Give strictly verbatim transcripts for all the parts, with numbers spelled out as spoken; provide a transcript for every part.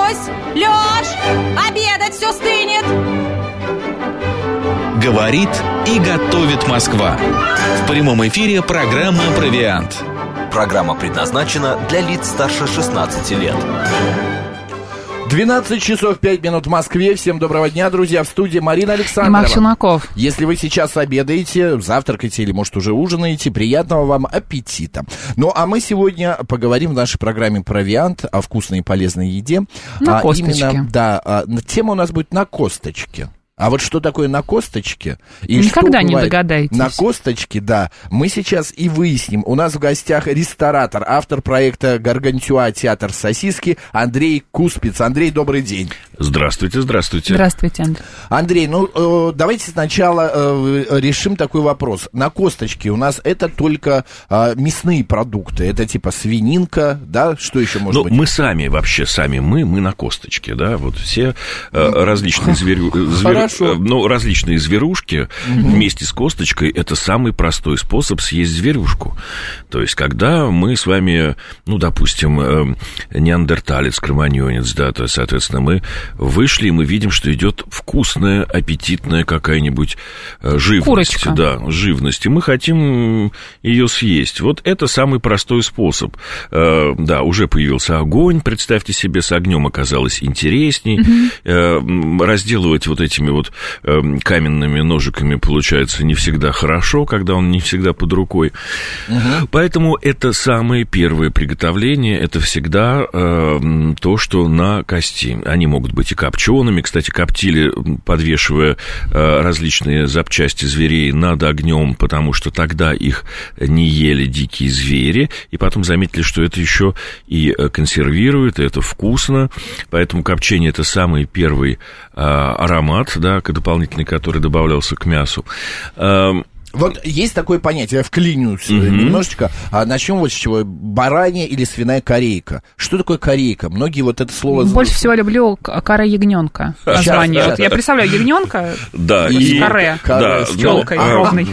Люсь! Лёш! Обедать все стынет! Говорит и готовит Москва. В прямом эфире программа «Провиант». Программа предназначена для лиц старше шестнадцати лет. двенадцать часов пять минут в Москве. Всем доброго дня, друзья. В студии Марина Александрова. И Марк Челноков. Если вы сейчас обедаете, завтракаете или, может, уже ужинаете, приятного вам аппетита. Ну, а мы сегодня поговорим в нашей программе «Провиант» о вкусной и полезной еде. На а, косточке. Именно, да, а, тема у нас будет «На косточке». А вот что такое на косточке? И Никогда что не бывает догадаетесь. на косточке, да, мы сейчас и выясним. У нас в гостях ресторатор, автор проекта «Гаргантюа. Театр сосиски» Андрей Куспиц. Андрей, добрый день. Здравствуйте, здравствуйте. Здравствуйте, Андрей. Андрей, ну, э, давайте сначала э, решим такой вопрос. На косточке у нас это только э, мясные продукты. Это типа свининка, да? Что еще может ну, быть? Мы сами, вообще сами, мы, мы на косточке, да, вот все э, различные зверю... Звер... Ну, различные зверушки угу. вместе с косточкой – это самый простой способ съесть зверюшку. То есть, когда мы с вами, ну, допустим, неандерталец, кроманьонец, да, то есть, соответственно, мы вышли, и мы видим, что идет вкусная, аппетитная какая-нибудь живность. Курочка. Да, живность, и мы хотим ее съесть. Вот это самый простой способ. Да, уже появился огонь, представьте себе, с огнем оказалось интересней. Угу. Разделывать вот этими вот э, каменными ножиками получается не всегда хорошо, когда он не всегда под рукой. Угу. Поэтому это самое первое приготовление, это всегда э, то, что на кости. Они могут быть и копчеными. Кстати, коптили, подвешивая э, различные запчасти зверей над огнем, потому что тогда их не ели дикие звери, и потом заметили, что это еще и консервирует, и это вкусно. Поэтому копчение – это самый первый э, аромат, да, дополнительный, который добавлялся к мясу. Вот есть такое понятие, я вклинюсь uh-huh. немножечко. А начнем вот с чего. Баранья или свиная корейка. Что такое корейка? Многие вот это слово... Больше всего люблю кора ягненка. Название. Вот я представляю ягненка да, и каре да, с челкой да, ровной.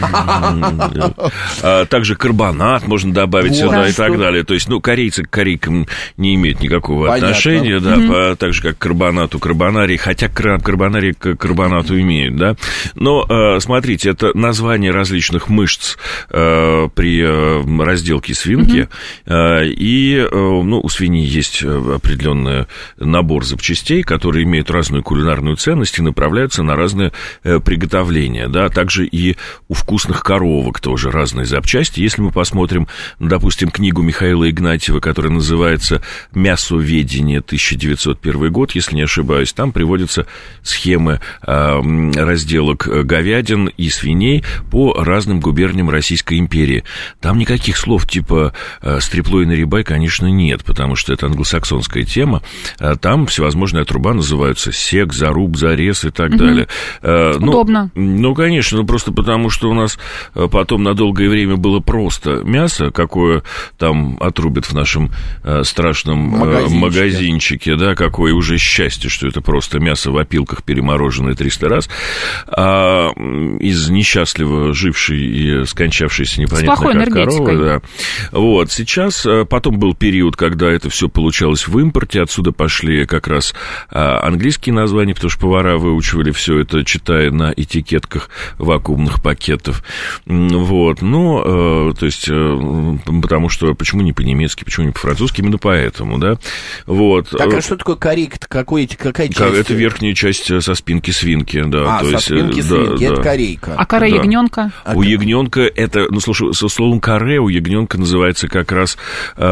А также карбонат можно добавить сюда и так далее. То есть, ну, корейцы к корейкам не имеют никакого Понятно. отношения, да, mm-hmm. так же, как к карбонату, карбонарий, хотя карбонарий к карбонату имеют, да. Но, смотрите, это название различных различных мышц э, при э, разделке свинки, mm-hmm. э, и э, ну, у свиньи есть определенный набор запчастей, которые имеют разную кулинарную ценность и направляются на разные э, приготовления, да, также и у вкусных коровок тоже разные запчасти. Если мы посмотрим, допустим, книгу Михаила Игнатьева, которая называется «Мясоведение», тысяча девятьсот первый год, если не ошибаюсь, там приводятся схемы э, разделок говядин и свиней по разным губерниям Российской империи. Там никаких слов типа «стрепло и нарибай», конечно, нет, потому что это англосаксонская тема. Там всевозможные отруба называются сек, заруб, зарез и так угу. далее. Ну, удобно. Ну, конечно, ну, просто потому, что у нас потом на долгое время было просто мясо, какое там отрубят в нашем страшном магазинчике, магазинчике да, какое уже счастье, что это просто мясо в опилках, перемороженное триста раз, а из несчастливо жившей и скончавшейся непонятно как коровы. Да. Вот, сейчас, потом был период, когда это все получалось в импорте, отсюда пошли как раз английские названия, потому что повара выучивали все это, читая на этикетках вакуумных пакетов. Вот, ну, то есть, потому что, почему не по-немецки, почему не по-французски, именно поэтому, да. Вот. Так, а что такое корейка? Какой, какая часть? Это верхняя часть со спинки свинки, да. А, то со есть, спинки да, свинки, да. это корейка. А кора да. ягненка? У ягненка это, ну, слушай, со словом каре у ягненка называется как раз э,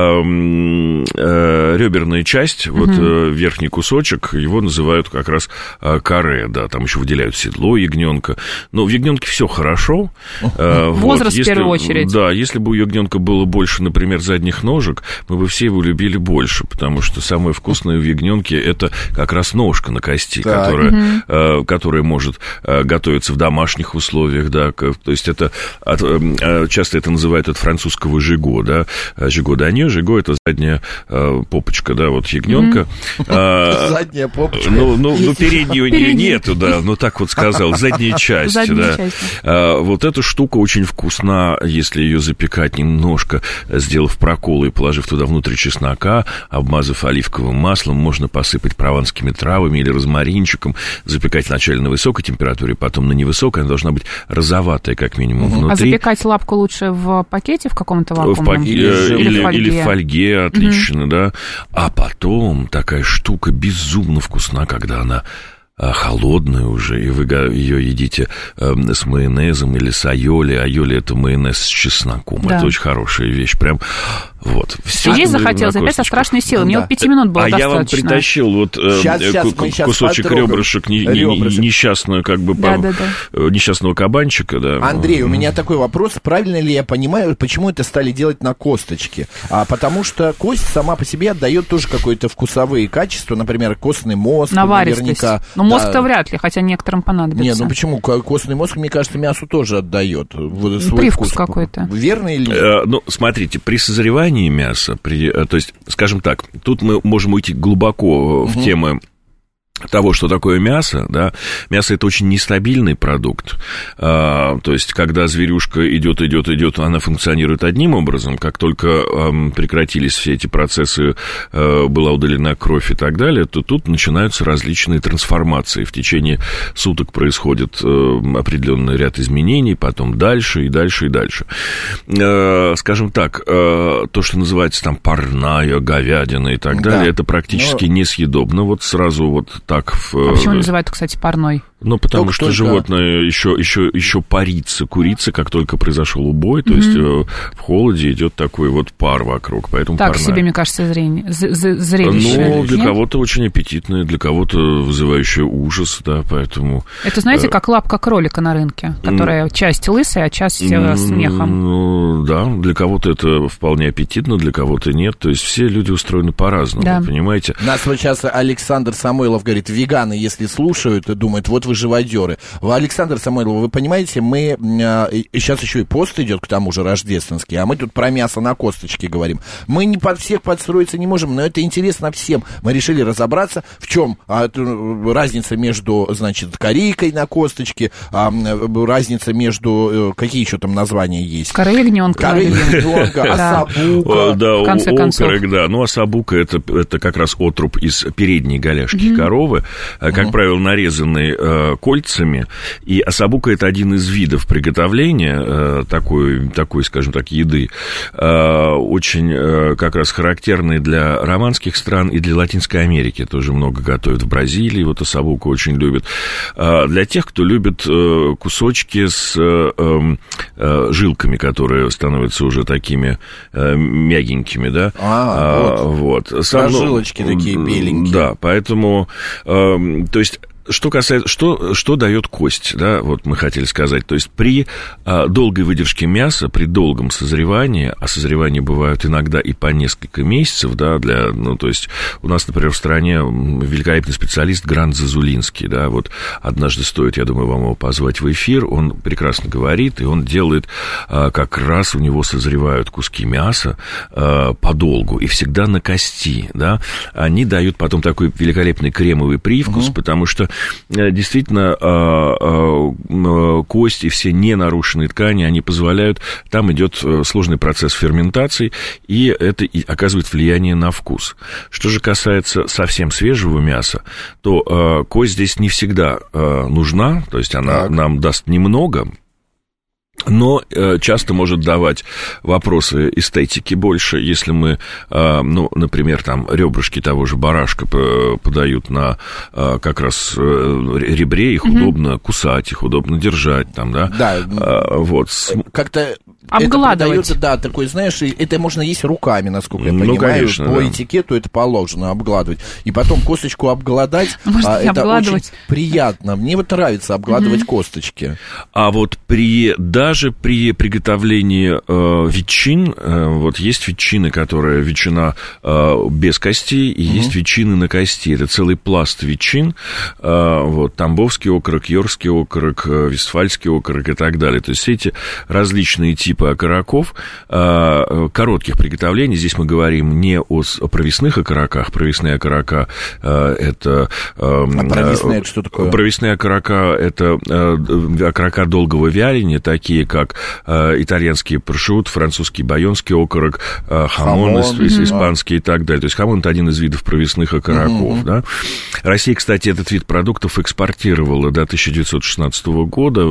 э, реберная часть, вот угу. э, верхний кусочек, его называют как раз э, каре, да, там еще выделяют седло ягненка. Но в ягненке все хорошо. Э, Возраст вот, в первую очередь. Да, если бы у ягненка было больше, например, задних ножек, мы бы все его любили больше, потому что самое вкусное в ягненке это как раз ножка на кости, которая, угу. э, которая может э, готовиться в домашних условиях, да, то то есть это, от, часто это называют от французского жиго, да, жиго данье, жиго это задняя попочка, да, вот ягненка. Mm-hmm. Задняя попочка. Ну, ну, ну передней у нее нету, да, ну так вот сказал, задняя часть, да. Вот эта штука очень вкусна, если ее запекать немножко, сделав проколы и положив туда внутрь чеснока, обмазав оливковым маслом, можно посыпать прованскими травами или розмаринчиком, запекать вначале на высокой температуре, потом на невысокой, она должна быть розоватая, как минимум, угу. внутри. А запекать лапку лучше в пакете, в каком-то вакуумном? В пак... или, или, в или в фольге, отлично, угу. да. А потом такая штука безумно вкусна, когда она холодная уже, и вы ее едите э, с майонезом или с айоли. Айоли – это майонез с чесноком. Да. Это очень хорошая вещь. Прям вот. Все здесь захотелось опять со страшной силой. Мне да. вот пяти минут было а достаточно. А я вам притащил вот э, сейчас, сейчас, к- кусочек ребрышек, не, ребрышек. Не, несчастную, как бы, да, по, да, да. несчастного кабанчика. Да. Андрей, у меня такой вопрос. Правильно ли я понимаю, почему это стали делать на косточке? А, потому что кость сама по себе отдает тоже какое-то вкусовые качества. Например, костный мозг. Наверняка. Ну, мозг-то да. вряд ли, хотя некоторым понадобится. Нет, ну почему? Костный мозг, мне кажется, мясу тоже отдает свой привкус вкус. Какой-то. Верно или нет? Э, ну, смотрите, при созревании мяса, при, то есть, скажем так, тут мы можем уйти глубоко в угу. темы того, что такое мясо, да, мясо это очень нестабильный продукт, а, то есть, когда зверюшка идет, идет, идет, она функционирует одним образом, как только а, прекратились все эти процессы, а, была удалена кровь и так далее, то тут начинаются различные трансформации, в течение суток происходит а, определенный ряд изменений, потом дальше и дальше и дальше. А, скажем так, а, то, что называется там парная говядина и так да. далее, это практически Но... несъедобно, вот сразу вот так в... А почему называют, кстати, парной? Ну, потому только, что только... животное еще, еще, еще парится, курится, как только произошел убой, то mm-hmm. есть в холоде идет такой вот пар вокруг, поэтому так парная. себе, мне кажется, зрение, з- з- зрелище. Ну, для Нет? кого-то очень аппетитное, для кого-то вызывающее ужас, да, поэтому... Это, знаете, как лапка кролика на рынке, которая mm-hmm. часть лысая, а часть mm-hmm. с мехом. Ну, да, для кого-то это вполне аппетитно, для кого-то нет, то есть все люди устроены по-разному, да. понимаете? Нас вот сейчас Александр Самойлов говорит, веганы, если слушают, думают, вот вы живодеры. Вы, Александр Самойлов, вы понимаете, мы э, сейчас еще и пост идет, к тому же рождественский, а мы тут про мясо на косточке говорим. Мы не под всех подстроиться не можем, но это интересно всем. Мы решили разобраться, в чем а, разница между, значит, корейкой на косточке, а, разница между, какие еще там названия есть? Корея-ягненка. Корея-ягненка, асабука. Да, в конце концов. Да, ну асабука это, это как раз отруб из передней голяшки коровы, как mm-hmm. правило, нарезанный э, кольцами, и асабука – это один из видов приготовления э, такой, такой, скажем так, еды, э, очень э, как раз характерный для романских стран и для Латинской Америки, тоже много готовят в Бразилии, вот асабуку очень любят. Э, для тех, кто любит э, кусочки с э, э, жилками, которые становятся уже такими э, мягенькими, да. А, а вот. вот. Сам, жилочки ну, такие беленькие. Да, поэтому... То есть, что касается, что, что дает кость, да, вот мы хотели сказать, то есть при а, долгой выдержке мяса, при долгом созревании, а созревания бывают иногда и по несколько месяцев, да, для, ну, то есть у нас, например, в стране великолепный специалист Грант Зазулинский, да, вот однажды стоит, я думаю, вам его позвать в эфир, он прекрасно говорит, и он делает, а, как раз у него созревают куски мяса а, подолгу, и всегда на кости, да, они дают потом такой великолепный кремовый привкус, угу. потому что действительно кость и все ненарушенные ткани, они позволяют, там идет сложный процесс ферментации, и это оказывает влияние на вкус. Что же касается совсем свежего мяса, то кость здесь не всегда нужна, то есть она так. нам даст немного, но э, часто может давать вопросы эстетики больше, если мы, э, ну, например, там ребрышки того же барашка подают на э, как раз э, ребре, их mm-hmm. удобно кусать, их удобно держать, там, да? Да, э, вот. Как-то Обгладывать. Это, да, такой, знаешь, это можно есть руками, насколько я ну, понимаю. Конечно, по да. этикету это положено, обгладывать. И потом косточку обгладать, Можно а, это обгладывать. очень приятно. Мне вот нравится обгладывать mm-hmm. косточки. А вот при, даже при приготовлении э, ветчин, э, вот есть ветчины, которые ветчина э, без костей, и mm-hmm. есть ветчины на кости. Это целый пласт ветчин. Э, вот, Тамбовский окорок, Йоркский окорок, э, Вестфальский окорок и так далее. То есть все эти различные типы окороков, э, коротких приготовлений. Здесь мы говорим не о, о провесных окороках. Провесные окорока э, это... Э, а провесные это что такое? Провесные окорока это э, окорока долгого вяления, такие как э, итальянский прошут, французский байонский окорок, э, хамон, хамон ис- испанский mm-hmm. и так далее. То есть хамон это один из видов провесных окороков. Mm-hmm. Да? Россия, кстати, этот вид продуктов экспортировала до тысяча девятьсот шестнадцатого года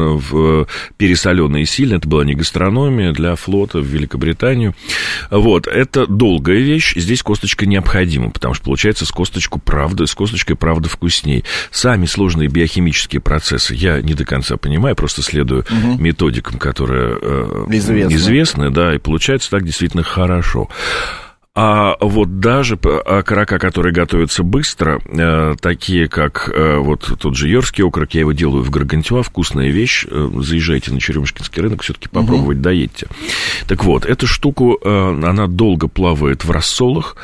в пересоленные сильно. Это была не гастрономия для флота в Великобританию. Вот. Это долгая вещь. Здесь косточка необходима, потому что получается с косточку правда, с косточкой правда вкусней. Сами сложные биохимические процессы я не до конца понимаю, просто следую угу. методикам, которые э, известны. известны, да, и получается так действительно хорошо. А вот даже окорока, которые готовятся быстро, э, такие как э, вот тот же Йоркский окорок, я его делаю в Гаргантюа, вкусная вещь, э, заезжайте на Черемушкинский рынок, все-таки попробовать, угу. доедьте. Так вот, эту штуку, э, она долго плавает в рассолах,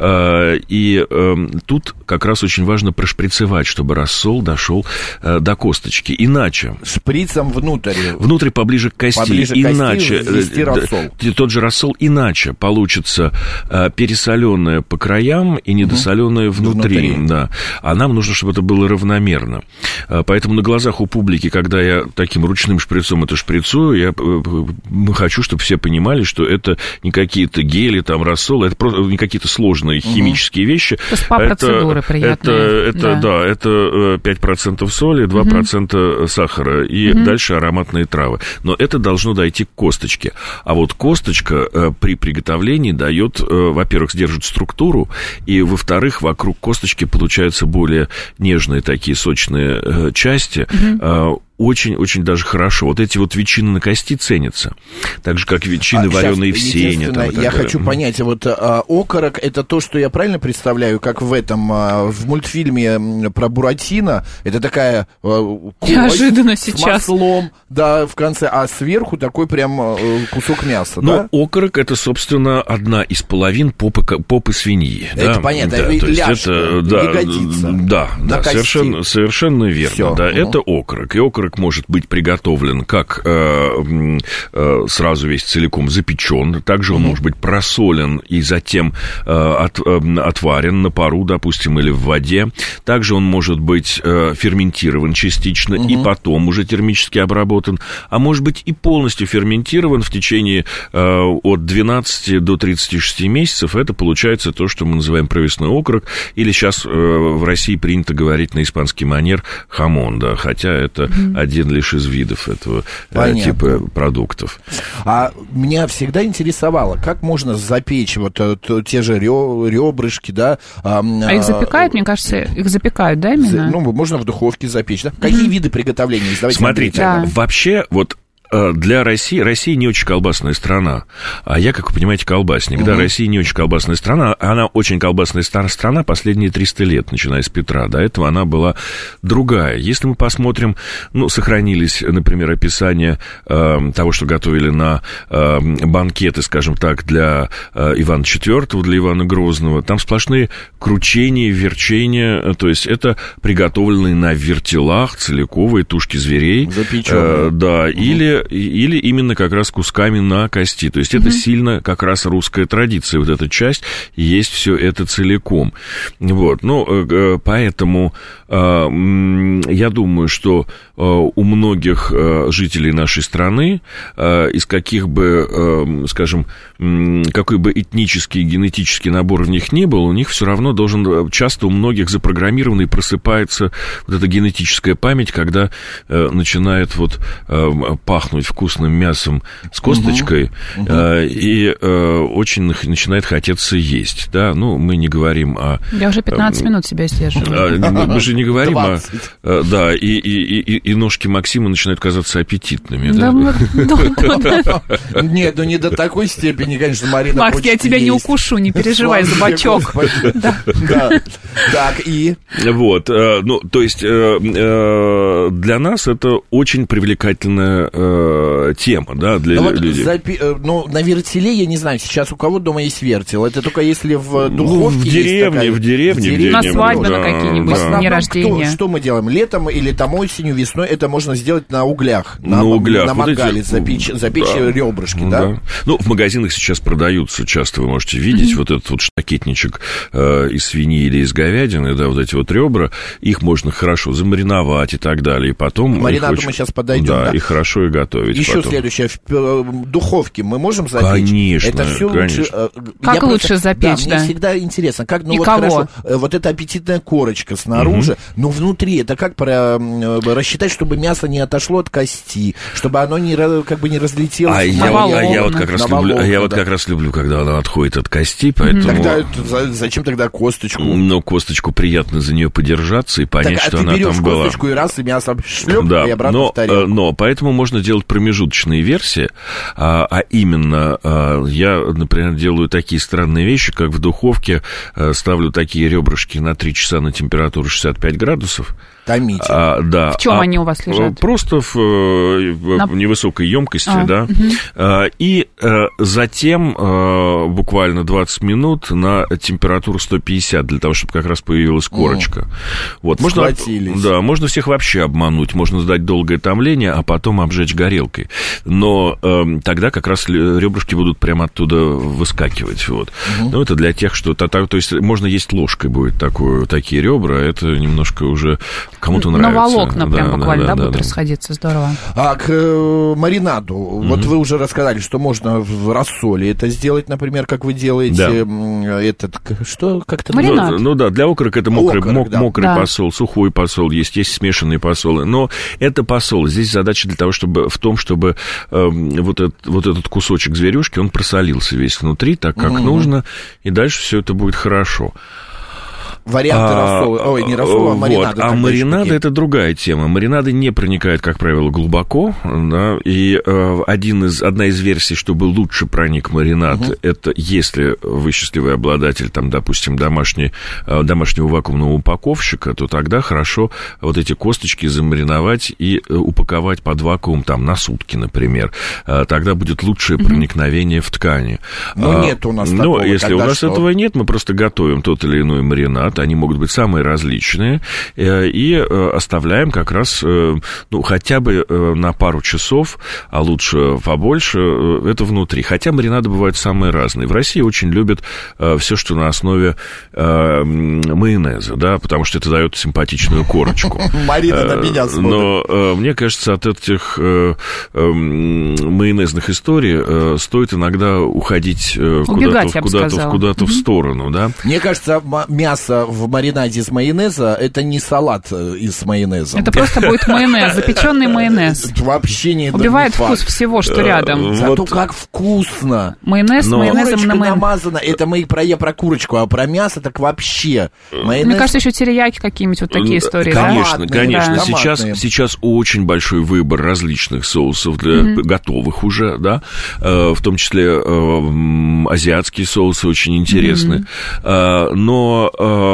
э, и э, тут как раз очень важно прошприцевать, чтобы рассол дошел э, до косточки, иначе... Шприцем внутрь. Внутрь поближе к кости, поближе иначе... К кости рассол. Тот же рассол, иначе получится... пересоленная по краям и недосоленная угу. внутри, внутри. Да. А нам нужно, чтобы это было равномерно. Поэтому на глазах у публики, когда я таким ручным шприцом это шприцую, я хочу, чтобы все понимали, что это не какие-то гели, там, рассолы, это просто не какие-то сложные угу. химические вещи. Это спа-процедуры приятные. Это, это, да. да, это пять процентов соли, два процента угу. сахара и угу. дальше ароматные травы. Но это должно дойти к косточке. А вот косточка при приготовлении дает, во-первых, сдержит структуру, и, во-вторых, вокруг косточки получаются более нежные такие сочные э, части, mm-hmm. очень-очень даже хорошо. Вот эти вот ветчины на кости ценятся. Так же, как ветчины, а, вареные в сене. Там, я хочу далее. понять, вот а, окорок, это то, что я правильно представляю, как в этом, а, в мультфильме про Буратино, это такая а, неожиданно с сейчас. маслом, да, в конце, а сверху такой прям а, кусок мяса, ну, да? окорок, это, собственно, одна из половин попы, попы свиньи. Это да? понятно, да, ляжка, это, да, ягодица. Да, да, совершенно, совершенно верно. Всё, да, угу. Это окорок. И окорок может быть приготовлен как э, э, сразу весь целиком запечен, также он mm-hmm. может быть просолен и затем э, от, э, отварен на пару, допустим, или в воде. Также он может быть э, ферментирован частично mm-hmm. и потом уже термически обработан, а может быть и полностью ферментирован в течение э, от двенадцати до тридцати шести месяцев. Это получается то, что мы называем провесной окорок, или сейчас э, в России принято говорить на испанский манер хамон, да, хотя это mm-hmm. один лишь из видов этого Понятно. типа продуктов. А меня всегда интересовало, как можно запечь вот те же ребрышки, да? А, а их запекают, мне кажется, их запекают, да, именно? Ну, можно в духовке запечь, да? Mm-hmm. Какие виды приготовления есть? Давайте Смотрите, да. вообще вот для России, Россия не очень колбасная страна, а я, как вы понимаете, колбасник, угу. да, Россия не очень колбасная страна, она очень колбасная страна последние триста лет, начиная с Петра, до этого она была другая. Если мы посмотрим, ну, сохранились, например, описания э, того, что готовили на э, банкеты, скажем так, для э, Ивана четвёртого, для Ивана Грозного, там сплошные кручения, верчения, то есть это приготовленные на вертелах целиковые тушки зверей. Запеченные. Э, да, угу. или или именно как раз кусками на кости. То есть mm-hmm. это сильно как раз русская традиция. Вот эта часть, есть все это целиком. Вот. Ну, поэтому я думаю, что у многих жителей нашей страны, из каких бы, скажем, какой бы этнический и генетический набор в них ни был, у них все равно должен, часто у многих запрограммирована и просыпается вот эта генетическая память, когда начинает вот пахнуть вкусным мясом с косточкой, угу, угу. и очень начинает хотеться есть, да, ну, мы не говорим о... Я уже пятнадцать минут себя сдерживаю. Мы же не говорим о... Да, и, и, и, и ножки Максима начинают казаться аппетитными, да? Нет, ну не до такой степени, конечно, Марина. Макс, я тебя не укушу, не переживай за бачок. Так, и? Вот, ну, то есть для нас это очень привлекательная тема, да, для людей. Ну, на вертеле, я не знаю, сейчас у кого дома есть вертел? Это только если в духовке в деревне, в деревне. На свадьбе, на какие-нибудь дни рождения. Что мы делаем? Летом или там осенью, весной это можно сделать на углях. На углях. На мангале запечь ребрышки, да? Ну, в магазинах сейчас продаются, часто вы можете видеть вот этот вот штакетничек из свиньи или из говядины, да, вот эти вот ребра, их можно хорошо замариновать и так далее, и потом... К маринаду мы сейчас подойдем, да? Да, и хорошо и готовить. Еще следующее, в духовке мы можем запечь? Конечно, это все конечно. Лучше... Как Я лучше просто... запечь, да? да? Мне всегда интересно, как, ну и вот кого? Хорошо, вот эта аппетитная корочка снаружи, угу. но внутри, это как про... рассчитать, чтобы мясо не отошло от кости, чтобы оно не, как бы не разлетелось. А, я, а я вот как раз люблю, а я вот как раз люблю, когда она отходит от кости, поэтому... Тогда, зачем тогда косточку? Ну, косточку приятно за нее подержаться и понять, так, что а она там была. ты берешь косточку и раз, и мясо шлеп, да, и обратно но, в тарелку. Но, поэтому можно делать промежуточные версии, а, а именно, а, я, например, делаю такие странные вещи, как в духовке а, ставлю такие ребрышки на три часа на температуру шестьдесят пять градусов. Томите. А, да. В чем а, они у вас лежат? Просто в, в на... невысокой емкости, а, да. Угу. А, и а, затем а, буквально двадцать минут на температуру сто пятьдесят, для того, чтобы как раз появилась корочка. Mm. Вот. Можно, да, можно всех вообще обмануть, можно сдать долгое томление, а потом обжечь горелкой. Но а, тогда как раз ребрышки будут прямо оттуда выскакивать. Вот. Mm-hmm. Ну, это для тех, что... То, то есть можно есть ложкой будет такую, такие ребра, это немножко уже... Кому-то нравится. На волокна да, прям да, буквально, да, да, будут да. расходиться, здорово. А к э, маринаду, mm-hmm. вот вы уже рассказали, что можно в рассоле это сделать, например, как вы делаете да. этот, что, как-то... Маринад. Ну, ну да, для окорок это мокрый, окорок, мок, да. мокрый да. посол, сухой посол есть, есть смешанные посолы, но это посол. Здесь задача для того, чтобы, в том, чтобы э, вот, этот, вот этот кусочек зверюшки, он просолился весь внутри, так как mm-hmm. нужно, и дальше все это будет хорошо. Варианты а, рассола, ой, не рассола, а маринады. Вот, а маринады — это другая тема. Маринады не проникают, как правило, глубоко, да, и э, один из, одна из версий, чтобы лучше проник маринад, угу. это если вы счастливый обладатель, там, допустим, домашний, э, домашнего вакуумного упаковщика, то тогда хорошо вот эти косточки замариновать и э, упаковать под вакуум, там, на сутки, например. Э, тогда будет лучшее угу. проникновение в ткани. Но а, нет у нас такого. Но если у нас что? этого нет, мы просто готовим тот или иной маринад, они могут быть самые различные, и оставляем как раз, ну, хотя бы на пару часов, а лучше побольше, это внутри. Хотя маринады бывают самые разные. В России очень любят все, что на основе майонеза, да, потому что это дает симпатичную корочку. Марина на меня смотрит. Но мне кажется, от этих майонезных историй стоит иногда уходить куда-то, куда-то, куда-то в сторону, да. Мне кажется, мясо в маринаде из майонеза, это не салат из майонеза. Это просто будет майонез, запеченный майонез. Вообще не... Убивает вкус всего, что рядом. Зато как вкусно. Майонез, майонезом на майонез. намазано, это мы про, я про курочку, а про мясо так вообще. Мне кажется, еще терияки какие-нибудь, вот такие истории, конечно, да? Конечно, сейчас, сейчас очень большой выбор различных соусов, для mm-hmm. готовых уже, да, в том числе азиатские соусы очень интересны. Mm-hmm. Но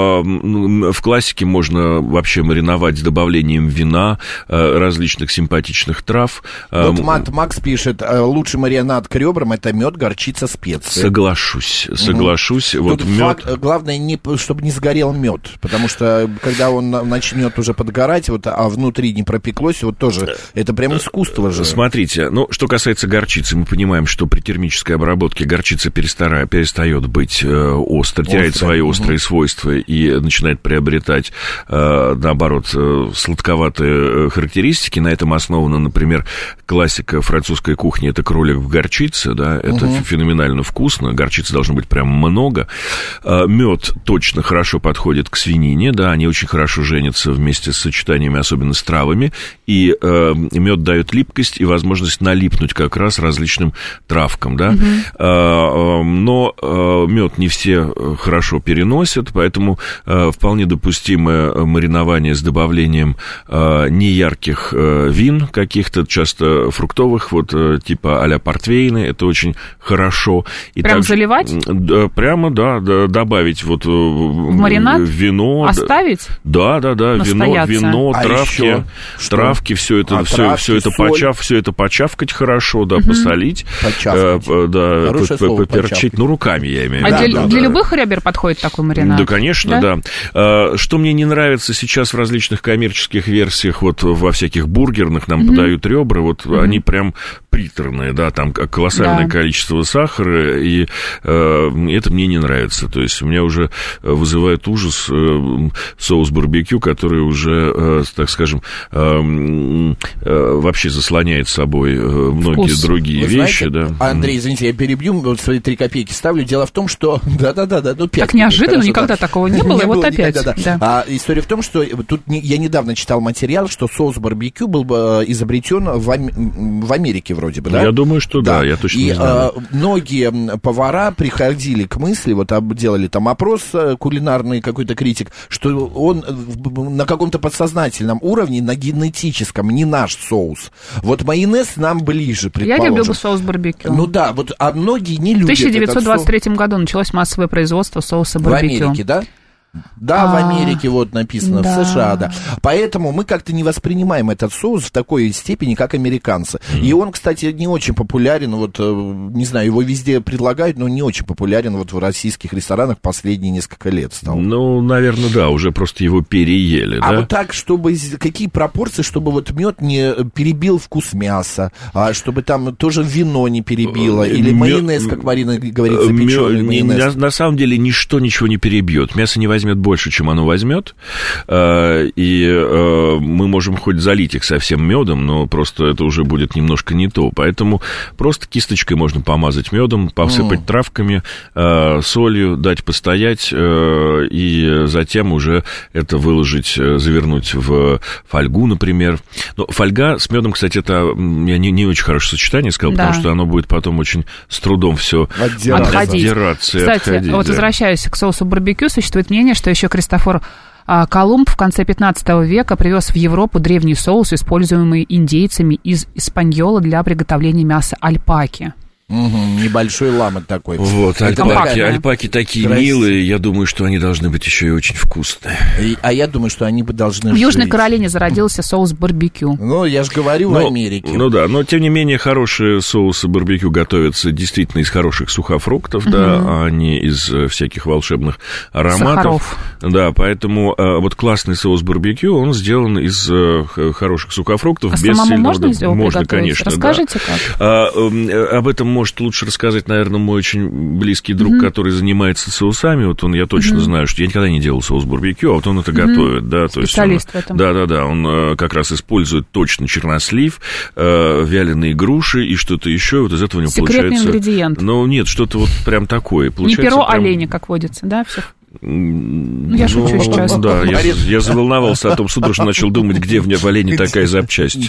в классике можно вообще мариновать с добавлением вина, различных симпатичных трав. Вот Мат Макс пишет, лучший маринад к ребрам — это мед, горчица, специи. Соглашусь, соглашусь. Угу. Вот мед... факт, главное, не, чтобы не сгорел мед, потому что когда он начнет уже подгорать, вот, а внутри не пропеклось, вот тоже, это прям искусство же. Смотрите, ну, что касается горчицы, мы понимаем, что при термической обработке горчица перестара... перестает быть э, остро, теряет свои угу. острые свойства и начинает приобретать, э, наоборот, э, сладковатые характеристики. На этом основана, например, классика французской кухни — это кролик в горчице, да, это угу. феноменально вкусно, горчицы должно быть прям много. Э, мед точно хорошо подходит к свинине, да, они очень хорошо женятся вместе с сочетаниями, особенно с травами, и э, мед дает липкость и возможность налипнуть как раз различным травкам, да. Угу. Э, э, но э, мед не все хорошо переносят, поэтому поэтому э, вполне допустимое маринование с добавлением э, неярких э, вин каких-то, часто фруктовых, вот э, типа а-ля портвейны, это очень хорошо. И прям также, заливать? Да, прямо, да, да, добавить вот в маринад? Вино. Оставить? Да, да, да, вино, вино, а травки, травки, все это, а, все, травки, все это почав, все это почавкать хорошо, да, угу. посолить, э, да, поперчить, ну, руками я имею в виду. А да, для, да, для да. любых ребер подходит такой маринад? Да, конечно, да. да. Что мне не нравится сейчас в различных коммерческих версиях, вот во всяких бургерных нам угу. подают ребра, вот угу. они прям приторные, да, там колоссальное да. количество сахара, и э, это мне не нравится. То есть у меня уже вызывает ужас э, соус барбекю, который уже, э, так скажем, э, э, вообще заслоняет собой э, многие Вкус. другие Вы вещи. Знаете, да. Андрей, извините, я перебью, вот свои три копейки ставлю. Дело в том, что... Да-да-да, ну пять. Так неожиданно, хорошо, никогда да. такого не было, не и вот было опять. Никогда, да. Да. А, история в том, что тут не, я недавно читал материал, что соус барбекю был э, изобретен в, Ам... в Америке вроде бы, да? Я думаю, что да, да я точно и, не знаю. И э, многие повара приходили к мысли, вот делали там опрос кулинарный какой-то критик, что он на каком-то подсознательном уровне, на генетическом, не наш соус. Вот майонез нам ближе, предположим. Я люблю соус барбекю. Ну да, вот, а многие не любят. В тысяча девятьсот двадцать третьем году началось массовое производство соуса барбекю. В Америке, да? Да, а, в Америке вот написано, да. в США, да. Поэтому мы как-то не воспринимаем этот соус в такой степени, как американцы. Mm. И он, кстати, не очень популярен, вот, не знаю, его везде предлагают, но не очень популярен вот в российских ресторанах последние несколько лет стал. Ну, наверное, да, уже просто его переели, а да? вот так, чтобы, какие пропорции, чтобы вот мед не перебил вкус мяса, а чтобы там тоже вино не перебило, или майонез, как Марина говорит, запеченный майонез. На, на самом деле ничто ничего не перебьет, мясо не возьмет больше, чем оно возьмет, и мы можем хоть залить их совсем медом, но просто это уже будет немножко не то, поэтому просто кисточкой можно помазать медом, посыпать mm. травками, солью, дать постоять, и затем уже это выложить, завернуть в фольгу, например. Но фольга с медом, кстати, это я не, не очень хорошее сочетание сказал, да. потому что оно будет потом очень с трудом все отходить. отдираться. Кстати, отходить, вот да. возвращаясь к соусу барбекю, существует мнение, что еще Христофор Колумб в конце пятнадцатого века привез в Европу древний соус, используемый индейцами из Испаньола для приготовления мяса альпаки. Угу, небольшой ламот такой. Вот, альпаки, альпаки такие Красивые. милые, я думаю, что они должны быть еще и очень вкусные. И, а я думаю, что они бы должны В жить. Южной Каролине зародился соус барбекю. Ну, я же говорю, но, в Америке. Ну да, но тем не менее хорошие соусы барбекю готовятся действительно из хороших сухофруктов, угу. да, а не из всяких волшебных ароматов. Сахаров. Да, поэтому вот классный соус барбекю, он сделан из хороших сухофруктов. А без самому сильного... можно сделать? Можно, конечно. Расскажите, да. как? А, об этом может лучше рассказать, наверное, мой очень близкий друг, mm-hmm. который занимается соусами. Вот он, я точно mm-hmm. знаю, что я никогда не делал соус барбекю, а вот он это mm-hmm. готовит. Да, то Специалист есть он, в этом. Да-да-да, он как раз использует точно чернослив, э, вяленые груши и что-то еще. Вот из этого у него Секретный получается... ингредиент. Ну, нет, что-то вот прям такое. Не перо прям... оленя, как водится, да, все? Ну, я шучу ну, сейчас. Да, я, я заволновался о том, судорожно начал думать, где в мне в олене такая запчасть.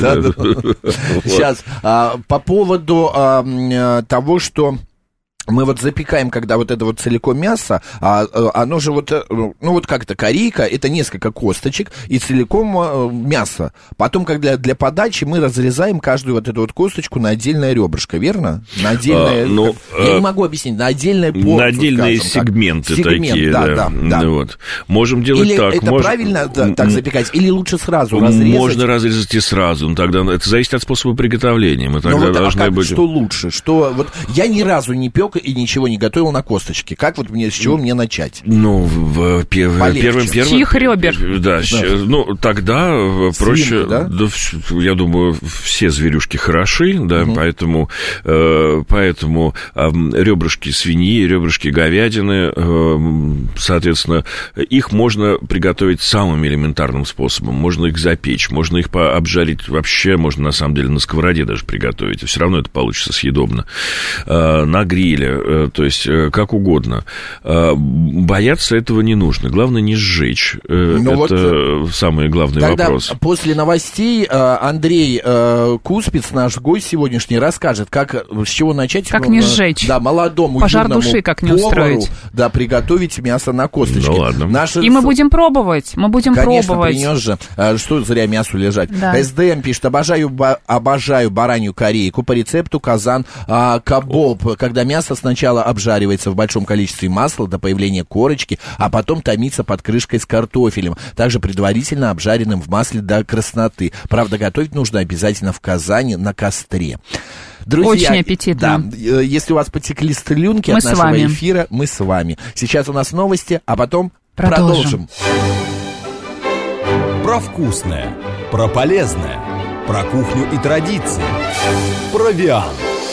Сейчас, по поводу того, что... Мы вот запекаем, когда вот это вот целиком мясо, а, оно же вот, ну вот как-то корейка, это несколько косточек и целиком а, мясо. Потом, когда для подачи мы разрезаем каждую вот эту вот косточку на отдельное ребрышко, верно? На отдельное, а, ну, я а, не могу объяснить, на отдельное порцию, на отдельные скажем, сегменты Сегмент, такие, да, да. да, да. Вот. Можем делать или так. это Мож... правильно да, так запекать, или лучше сразу разрезать? Можно разрезать и сразу, но тогда это зависит от способа приготовления. Мы тогда вот, должны а как, быть... Что лучше? Что, вот, я ни разу не пек и ничего не готовил на косточке. Как вот мне, с чего мне начать? Ну, в, в, первым, первым... Чьих ребер? Да, да. Ну, тогда проще... Свинки, да? Да, я думаю, все зверюшки хороши, да, угу. поэтому, э, поэтому э, ребрышки свиньи, ребрышки говядины, э, соответственно, их можно приготовить самым элементарным способом. Можно их запечь, можно их обжарить вообще, можно, на самом деле, на сковороде даже приготовить, и все равно это получится съедобно. Э, на гриле стиле, то есть как угодно. Бояться этого не нужно. Главное не сжечь. Ну это вот самый главный тогда вопрос. После новостей Андрей Куспец, наш гость сегодняшний, расскажет, как, с чего начать. Как не сжечь. Да, молодому пожар юному души как не повару, устроить. Да, приготовить мясо на косточке. Ну ладно. Наши... И мы будем пробовать. Мы будем Конечно, пробовать. принес же. Что зря мясу лежать. Да. эс дэ эм пишет: обожаю, ба- обожаю баранью корейку по рецепту казан а, кабоб, когда мясо сначала обжаривается в большом количестве масла до появления корочки, а потом томится под крышкой с картофелем, также предварительно обжаренным в масле до красноты. Правда, готовить нужно обязательно в казане на костре. Друзья, очень аппетитно. Да, если у вас потекли слюнки мы от нашего вами. эфира, мы с вами. Сейчас у нас новости, а потом продолжим. продолжим. Про вкусное, про полезное, про кухню и традиции. Провиант.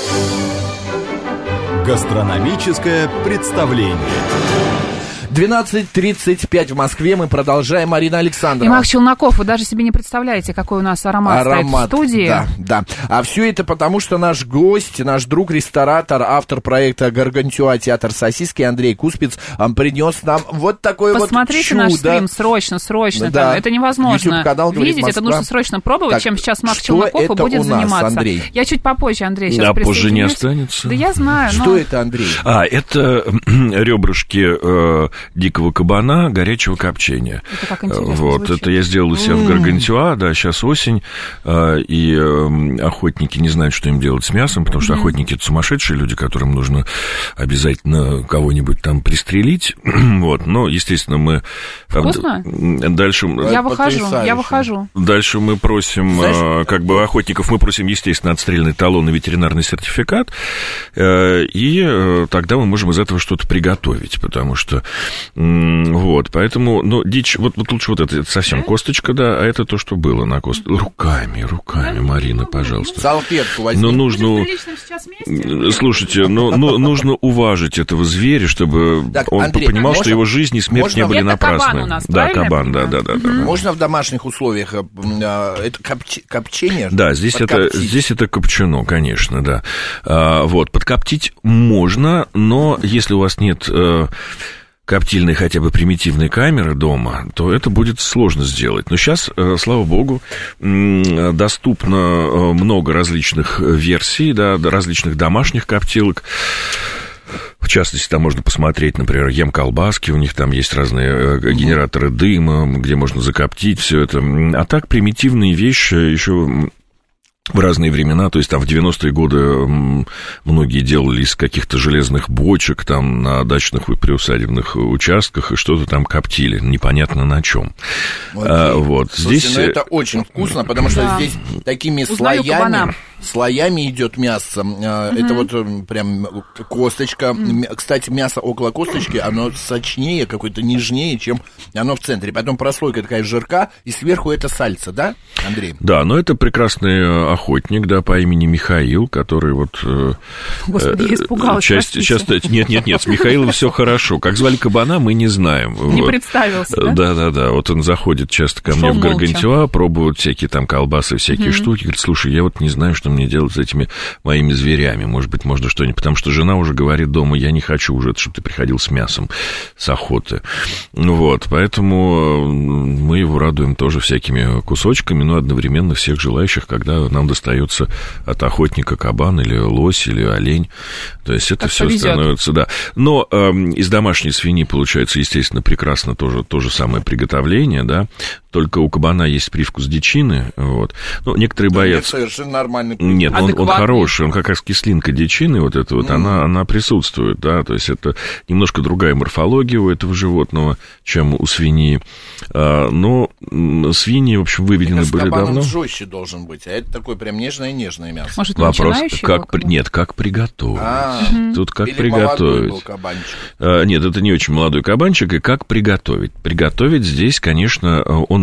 Гастрономическое представление. двенадцать тридцать пять в Москве. Мы продолжаем. Марина Александрова. И Мак Челноков. Вы даже себе не представляете, какой у нас аромат, аромат стоит в студии. Да, да. А все это потому, что наш гость, наш друг, ресторатор, автор проекта «Гаргантюа. Театр сосиски» Андрей Куспец принес нам вот такой Посмотрите вот чудо. наш стрим срочно, срочно. Да. Это невозможно. YouTube-канал «Говорит Видеть, это Москва». нужно срочно пробовать, Так, чем сейчас Мак что Челноков и это будет у нас, заниматься. Андрей? Я чуть попозже, Андрей, сейчас Да, позже не присоединюсь. останется. Да я знаю, Что но... это, Андрей? А, это ребрышки э, дикого кабана горячего копчения. Это как интересно Вот, звучит. это я сделал у себя в Гаргантюа, да, сейчас осень, э, и э, охотники не знают, что им делать с мясом, потому что mm-hmm. охотники — это сумасшедшие люди, которым нужно обязательно кого-нибудь там пристрелить. Вот, но, естественно, мы... Вкусно? Дальше... Я выхожу, я выхожу. Дальше мы просим, Знаешь, как бы, охотников, мы просим, естественно, отстрельный талон и ветеринарный сертификат, и тогда мы можем из этого что-то приготовить, потому что, вот, поэтому, ну, дичь, вот, вот лучше вот это, это совсем косточка, да, а это то, что было на косточке. Руками, руками, Марина, пожалуйста. Салфетку возьми. Но нужно, слушайте, ну, ну, нужно уважить этого зверя, чтобы так, он Андрей, понимал, можно, что его жизнь и смерть можно, не были это напрасны. Кабан у нас, да, правильно? кабан, да, да, да, да, да. Можно в домашних условиях э, это копч... копчение? Да, здесь это, здесь это копчено, конечно, да. А, вот, подкоптить можно, но если у вас нет э, коптильной хотя бы примитивной камеры дома, то это будет сложно сделать. Но сейчас, э, слава богу, э, доступно много различных версий, да, различных домашних коптилок. В частности, там можно посмотреть, например, Ем-колбаски, у них там есть разные генераторы дыма, где можно закоптить все это. А так, примитивные вещи еще в разные времена, то есть там в девяностые годы многие делали из каких-то железных бочек там на дачных и приусадебных участках и что-то там коптили, непонятно на чем. А, вот. Слушайте, здесь... ну это очень вкусно, потому что да. здесь такими Узнаю слоями, кабана. слоями идет мясо. Угу. Это вот прям косточка. Угу. Кстати, мясо около косточки, оно сочнее, какое-то нежнее, чем оно в центре. Потом прослойка такая жирка, и сверху это сальса, да, Андрей? Да, но это прекрасный охотник, да, по имени Михаил, который вот... Господи, я испугалась, часть, часто... Нет, нет, нет, с Михаилом все хорошо. Как звали кабана, мы не знаем. Не вот. представился, да? Да-да-да, вот он заходит часто ко мне Шел в Гаргантюа, пробует всякие там колбасы, всякие mm-hmm. штуки, говорит, слушай, я вот не знаю, что мне делать с этими моими зверями, может быть, можно что-нибудь, потому что жена уже говорит дома, я не хочу уже, чтобы ты приходил с мясом, с охоты. Вот, поэтому мы его радуем тоже всякими кусочками, но одновременно всех желающих, когда нам достается от охотника кабан или лось или олень. То есть это все становится, да. Но э, из домашней свиньи получается, естественно, прекрасно тоже то же самое приготовление, да. Только у кабана есть привкус дичины, вот. Ну, некоторые да боятся... Нет, совершенно нормальный привкус. Нет, он, он хороший, он как раз кислинка дичины, вот эта вот, mm. она, она присутствует, да, то есть это немножко другая морфология у этого животного, чем у свиньи. А, но свиньи, в общем, выведены были кабан давно. Он жестче должен быть, а это такое прям нежное-нежное мясо. Может, вопрос, как при... нет, как приготовить. А-а-а. Тут как Или приготовить. Был кабанчик. А, нет, это не очень молодой кабанчик, и как приготовить. Приготовить здесь, конечно, он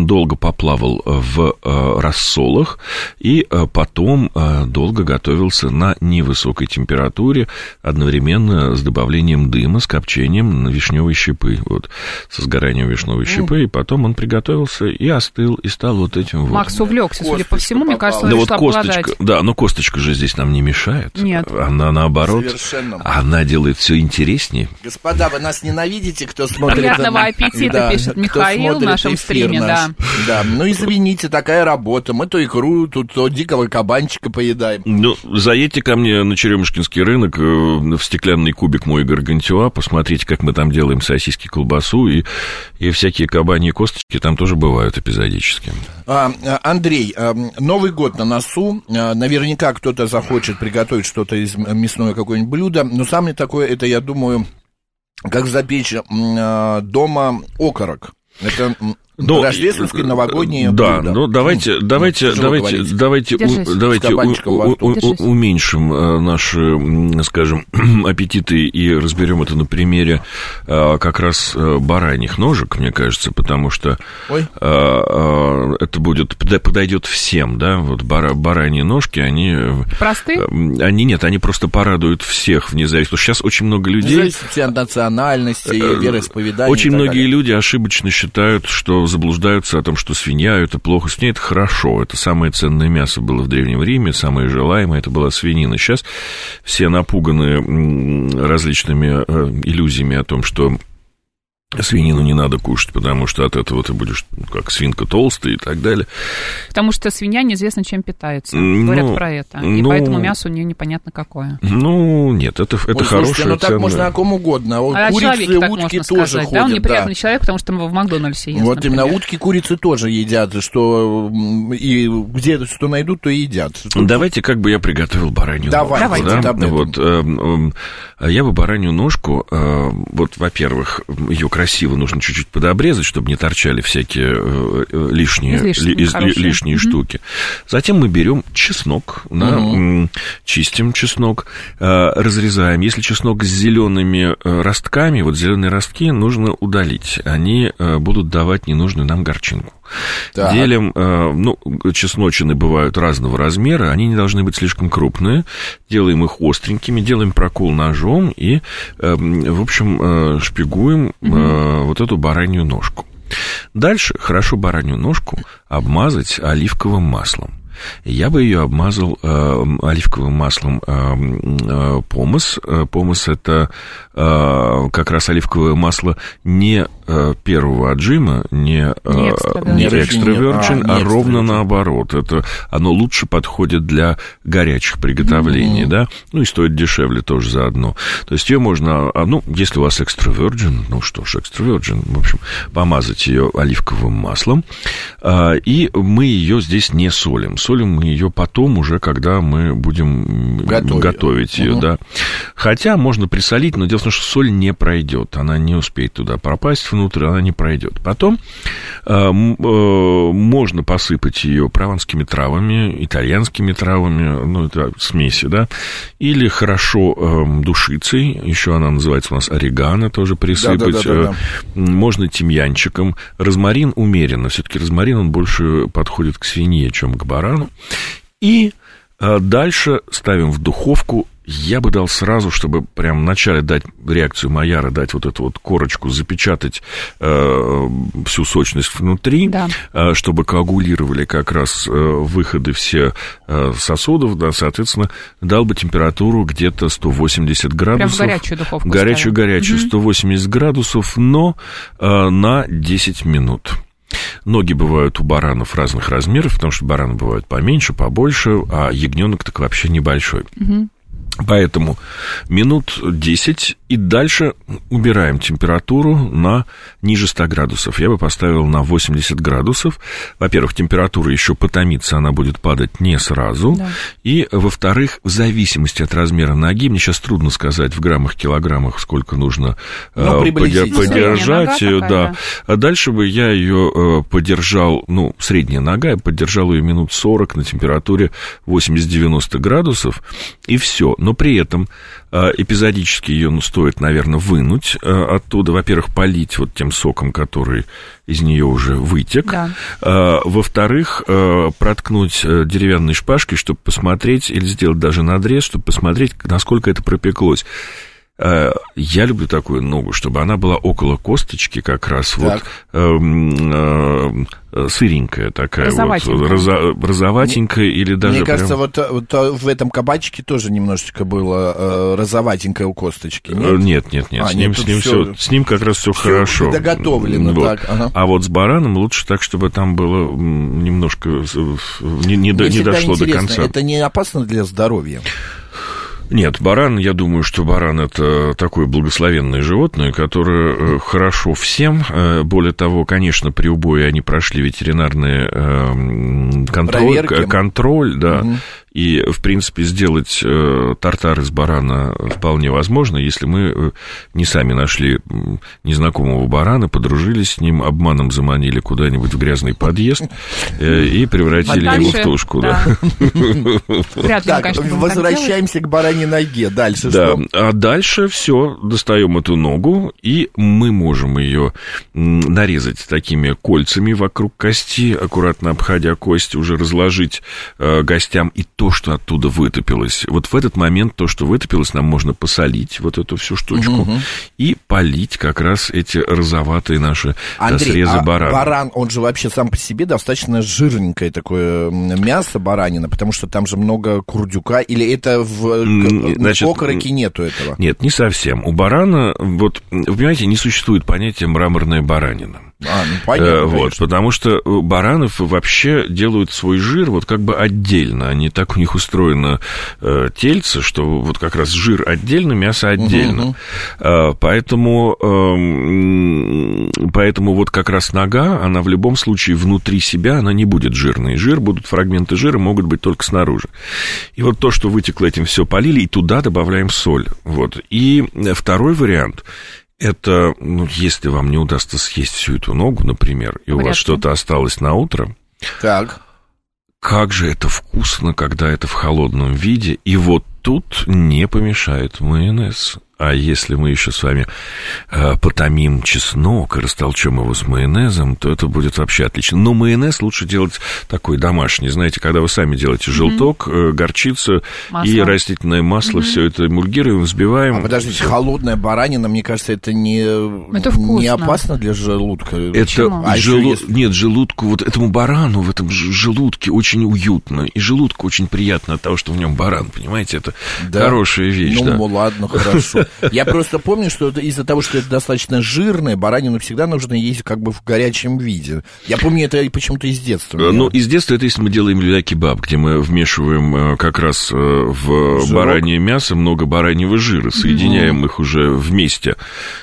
он долго поплавал в рассолах и потом долго готовился на невысокой температуре, одновременно с добавлением дыма, с копчением вишневой щепы, вот, со сгоранием вишневой щепы, и потом он приготовился и остыл, и стал вот этим вот. Макс увлекся, судя по всему, мне кажется, он да решил вот косточка, обладать. да, но косточка же здесь нам не мешает. Нет. Она наоборот, совершенно. Она делает все интереснее. Господа, вы нас ненавидите, кто смотрит... Приятного аппетита, да, пишет Михаил в нашем стриме, наш. да. Да, ну извините, такая работа. Мы то икру, тут то дикого кабанчика поедаем. Ну, заедьте ко мне на Черемушкинский рынок, в стеклянный кубик мой Гаргантюа, посмотрите, как мы там делаем сосиски, колбасу, и, и всякие кабаньи косточки там тоже бывают эпизодически. А, Андрей, Новый год на носу. Наверняка кто-то захочет приготовить что-то из мясное какое-нибудь блюдо. Но самое такое, это, я думаю, как запечь дома окорок. Это... Ну, рождественские, новогодние да, блюда. Ну, давайте, ну, давайте, давайте, давайте, у, давайте у, у, у, уменьшим наши, скажем, аппетиты и разберем это на примере как раз бараньих ножек, мне кажется, потому что Ой. это будет, подойдет всем, да, вот бар, бараньи ножки, они... Простые? Они, нет, они просто порадуют всех вне зависимости, потому что сейчас очень много людей... Вне зависимости от национальности, вероисповедания. Очень многие люди ошибочно считают, что заблуждаются о том, что свинья это плохо. Свинья это хорошо, это самое ценное мясо было в Древнем Риме, самое желаемое это была свинина. Сейчас все напуганы различными иллюзиями о том, что свинину не надо кушать, потому что от этого ты будешь как свинка толстая и так далее. Потому что свинья неизвестно, чем питается. Говорят ну, про это. И ну, поэтому мясо у нее непонятно какое. Ну, нет, это, это Ой, хорошее. Слушайте, ну так ценное. Можно о ком угодно. А курицы, утки тоже сказать, ходят. Да, он неприятный да. человек, потому что мы в Макдональдсе ест, Вот например. именно, утки, курицы тоже едят, что и где что найдут, то и едят. Давайте как бы я приготовил баранью Давайте, ножку. Да? Давайте. Вот, э, э, я бы баранью ножку, э, вот, во-первых, ее красиво нужно чуть-чуть подобрезать, чтобы не торчали всякие э, лишние, Излишние, ли, из, лишние mm-hmm. штуки. Затем мы берем чеснок, да, mm-hmm. чистим чеснок, э, разрезаем. Если чеснок с зелеными э, ростками, вот зеленые ростки нужно удалить. Они э, будут давать ненужную нам горчинку. Так. Делим, э, ну, чесночины бывают разного размера, они не должны быть слишком крупные. Делаем их остренькими, делаем прокол ножом и, э, в общем, э, шпигуем э, mm-hmm. вот эту баранью ножку. Дальше хорошо баранью ножку обмазать оливковым маслом. Я бы ее обмазал э, оливковым маслом э, э, помос. Помос – это э, как раз оливковое масло не э, первого отжима, не, э, не экстра virgin, а, а ровно наоборот. Это, оно лучше подходит для горячих приготовлений, mm-hmm. да, ну и стоит дешевле тоже заодно. То есть ее можно, ну, если у вас экстра virgin, ну что ж, экстра virgin, в общем, помазать ее оливковым маслом, э, и мы ее здесь не солим. Солим мы ее потом уже, когда мы будем готовить, готовить ее, угу. да. Хотя можно присолить, но дело в том, что соль не пройдет, она не успеет туда пропасть внутрь, она не пройдет. Потом э, э, можно посыпать ее прованскими травами, итальянскими травами, ну, это смеси, да, или хорошо э, душицей, еще она называется у нас орегано, тоже присыпать. Да, да, да, да, да. Можно тимьянчиком. Розмарин умеренно, все-таки розмарин, он больше подходит к свинье, чем к барану. И э, дальше ставим в духовку. Я бы дал сразу, чтобы прям вначале дать реакцию Майяра, дать вот эту вот корочку, запечатать э, всю сочность внутри, да. э, чтобы коагулировали как раз э, выходы все э, сосудов, да, соответственно, дал бы температуру где-то сто восемьдесят градусов. Прям в горячую духовку. Горячую-горячую, угу. сто восемьдесят градусов, но э, на десять минут. Ноги бывают у баранов разных размеров, потому что бараны бывают поменьше, побольше, а ягненок так вообще небольшой. Угу. Поэтому минут десять, и дальше убираем температуру на ниже ста градусов. Я бы поставил на восемьдесят градусов. Во-первых, температура еще потомится, она будет падать не сразу. Да. И, во-вторых, в зависимости от размера ноги, мне сейчас трудно сказать в граммах, килограммах, сколько нужно ну, подержать ее. Да. А дальше бы я ее подержал, ну, средняя нога, я подержал ее минут сорок на температуре восемьдесят-девяносто градусов, и все. Но при этом эпизодически ее, ну, стоит, наверное, вынуть оттуда. Во-первых, полить вот тем соком, который из нее уже вытек. Да. Во-вторых, проткнуть деревянной шпажкой, чтобы посмотреть, или сделать даже надрез, чтобы посмотреть, насколько это пропеклось. Я люблю такую ногу, чтобы она была около косточки как раз, так. вот э, э, сыренькая такая, розоватенькая, вот, роза, розоватенькая мне, или даже Мне прям... кажется, вот, вот в этом кабачике тоже немножечко было э, розоватенькое у косточки, нет? Нет, нет, нет, а, с, ним, нет с, ним все, всё, с ним как раз все хорошо. Доготовлено, вот. так. Ага. А вот с бараном лучше так, чтобы там было немножко, не, не, до, не дошло до конца. Это не опасно для здоровья? Нет, баран, я думаю, что баран – это такое благословенное животное, которое хорошо всем. Более того, конечно, при убое они прошли ветеринарный контроль, контроль, да. Угу. И, в принципе, сделать э, тартар из барана вполне возможно, если мы не сами нашли незнакомого барана, подружились с ним, обманом заманили куда-нибудь в грязный подъезд э, и превратили а его в тушку. Да. Да. Так, возвращаемся к бараньей ноге. Дальше да. что? А дальше все, достаем эту ногу, и мы можем ее нарезать такими кольцами вокруг кости, аккуратно обходя кость, уже разложить э, гостям и то, что оттуда вытопилось. Вот в этот момент то, что вытопилось, нам можно посолить вот эту всю штучку угу. и полить как раз эти розоватые наши Андрей, срезы а барана. Баран, он же вообще сам по себе достаточно жирненькое такое мясо баранина, потому что там же много курдюка, или это в Значит, окороке нету этого? Нет, не совсем. У барана, вот, вы понимаете, не существует понятия мраморная баранина. А, ну, понятно, э, вот, потому что баранов вообще делают свой жир вот как бы отдельно. Они так у них устроено э, тельце, что вот как раз жир отдельно, мясо отдельно. Uh-huh. Э, поэтому, э, поэтому вот как раз нога, она в любом случае внутри себя, она не будет жирной. Жир, будут фрагменты жира, могут быть только снаружи. И вот то, что вытекло, этим все полили, и туда добавляем соль. Вот. И второй вариант – это, ну, если вам не удастся съесть всю эту ногу, например, и у Вряд вас ли. Что-то осталось на утро, так. Как же это вкусно, когда это в холодном виде, и вот тут не помешает майонез. А если мы еще с вами э, потомим чеснок и растолчем его с майонезом, то это будет вообще отлично. Но майонез лучше делать такой домашний. Знаете, когда вы сами делаете желток, mm-hmm. э, горчицу масло. И растительное масло, mm-hmm. все это эмульгируем, взбиваем. А подождите, холодная баранина, мне кажется, это не, это не опасно для желудка? Это а желу... если... Нет, желудку, вот этому барану в этом желудке очень уютно. И желудку очень приятно от того, что в нем баран, понимаете? Это да? Хорошая вещь. Ну, да. ладно, хорошо. Я просто помню, что это из-за того, что это достаточно жирное, баранину всегда нужно есть как бы в горячем виде. Я помню это почему-то из детства. Ну, из детства это если мы делаем люля-кебаб, где мы вмешиваем как раз в Жирок. Баранье мясо много бараньего жира, соединяем mm-hmm. их уже вместе.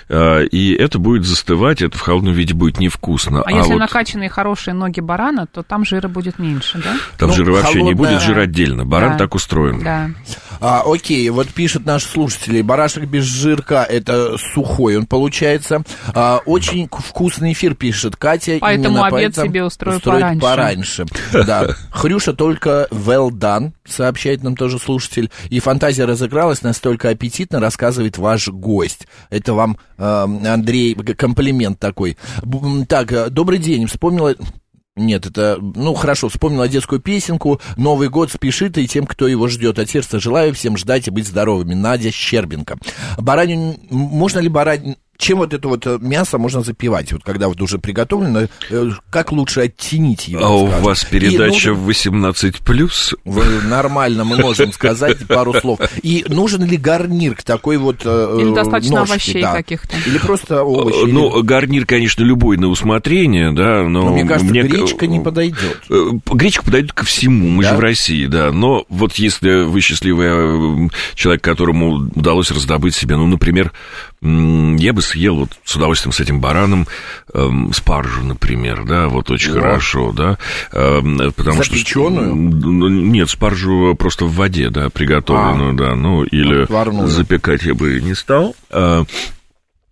И это будет застывать, это в холодном виде будет невкусно. А, а если вот... накачанные хорошие ноги барана, то там жира будет меньше, да? Там ну, жира вообще холодная... не будет, жир отдельно. Баран да. так устроен. Да. А, окей, вот пишут наши слушатели, барашек без жирка, это сухой он получается. А, очень вкусный эфир, пишет Катя. Поэтому обед себе устрою пораньше. пораньше. Да. Хрюша только well done, сообщает нам тоже слушатель. И фантазия разыгралась настолько аппетитно, рассказывает ваш гость. Это вам, Андрей, комплимент такой. Так, добрый день, вспомнила... Нет, это, ну, хорошо, вспомнила детскую песенку «Новый год спешит, и тем, кто его ждет. От сердца желаю всем ждать и быть здоровыми». Надя Щербинка. Баранину, можно ли баранину... Чем вот это вот мясо можно запивать? Вот когда вот уже приготовлено, как лучше оттенить его? А у вас передача нужен... восемнадцать плюс? Нормально, мы можем сказать пару слов. И нужен ли гарнир к такой вот Или э, достаточно ножке, овощей да. каких-то? Или просто овощи? Ну, или... гарнир, конечно, любой на усмотрение, да, но... но мне кажется, мне... гречка не подойдет. Гречка подойдет ко всему, мы да? же в России, да. Но вот если вы счастливый человек, которому удалось раздобыть себе, ну, например, я бы съел вот с удовольствием с этим бараном эм, спаржу, например, да, вот очень О. хорошо, да. Эм, потому Запеченную? Что, нет, спаржу просто в воде, да, приготовленную, а. да, ну, или Отварную. Запекать я бы не стал. Э,